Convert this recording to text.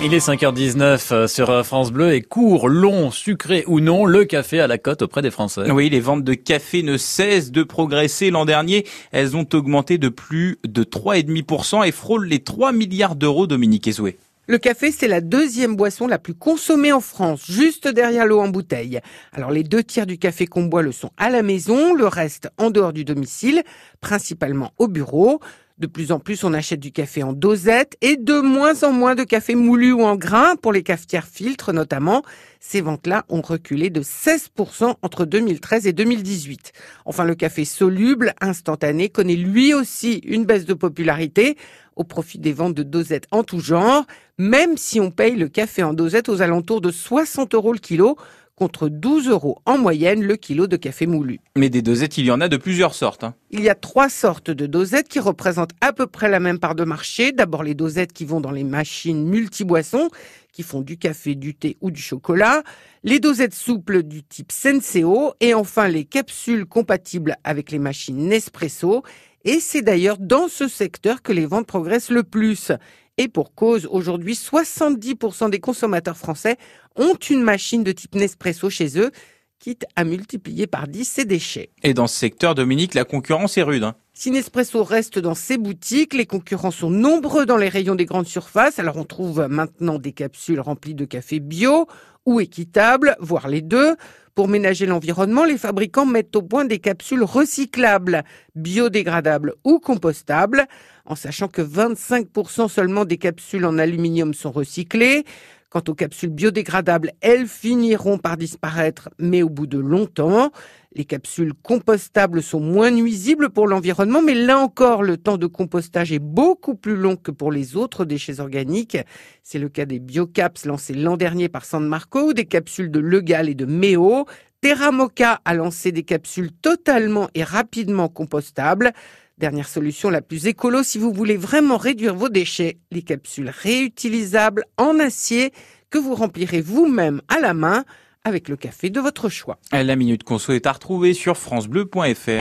Il est 5h19 sur France Bleu et court, long, sucré ou non, le café à la cote auprès des Français. Oui, les ventes de café ne cessent de progresser. L'an dernier, elles ont augmenté de plus de 3,5% et frôlent les 3 milliards d'euros, Dominique Ezoué. Le café, c'est la deuxième boisson la plus consommée en France, juste derrière l'eau en bouteille. Alors les 2/3 du café qu'on boit le sont à la maison, le reste en dehors du domicile, principalement au bureau. De plus en plus, on achète du café en dosette et de moins en moins de café moulu ou en grains pour les cafetières filtres notamment. Ces ventes-là ont reculé de 16% entre 2013 et 2018. Enfin, le café soluble, instantané, connaît lui aussi une baisse de popularité au profit des ventes de dosettes en tout genre, même si on paye le café en dosette aux alentours de 60 € le kilo, contre 12 € en moyenne le kilo de café moulu. Mais des dosettes, il y en a de plusieurs sortes. Il y a 3 sortes de dosettes qui représentent à peu près la même part de marché. D'abord les dosettes qui vont dans les machines multiboissons, qui font du café, du thé ou du chocolat. Les dosettes souples du type Senseo. Et enfin les capsules compatibles avec les machines Nespresso. Et c'est d'ailleurs dans ce secteur que les ventes progressent le plus. Et pour cause, aujourd'hui, 70% des consommateurs français ont une machine de type Nespresso chez eux, quitte à multiplier par 10 ces déchets. Et dans ce secteur, Dominique, la concurrence est rude. Si Nespresso reste dans ses boutiques, les concurrents sont nombreux dans les rayons des grandes surfaces. Alors on trouve maintenant des capsules remplies de café bio ou équitable, voire les deux. Pour ménager l'environnement, les fabricants mettent au point des capsules recyclables, biodégradables ou compostables, en sachant que 25% seulement des capsules en aluminium sont recyclées. Quant aux capsules biodégradables, elles finiront par disparaître, mais au bout de longtemps. Les capsules compostables sont moins nuisibles pour l'environnement, mais là encore, le temps de compostage est beaucoup plus long que pour les autres déchets organiques. C'est le cas des biocaps lancés l'an dernier par San Marco, ou des capsules de Legal et de Méo. Terra Mocha a lancé des capsules totalement et rapidement compostables. Dernière solution la plus écolo si vous voulez vraiment réduire vos déchets, les capsules réutilisables en acier que vous remplirez vous-même à la main avec le café de votre choix. La Minute Conso est à retrouver sur francebleu.fr.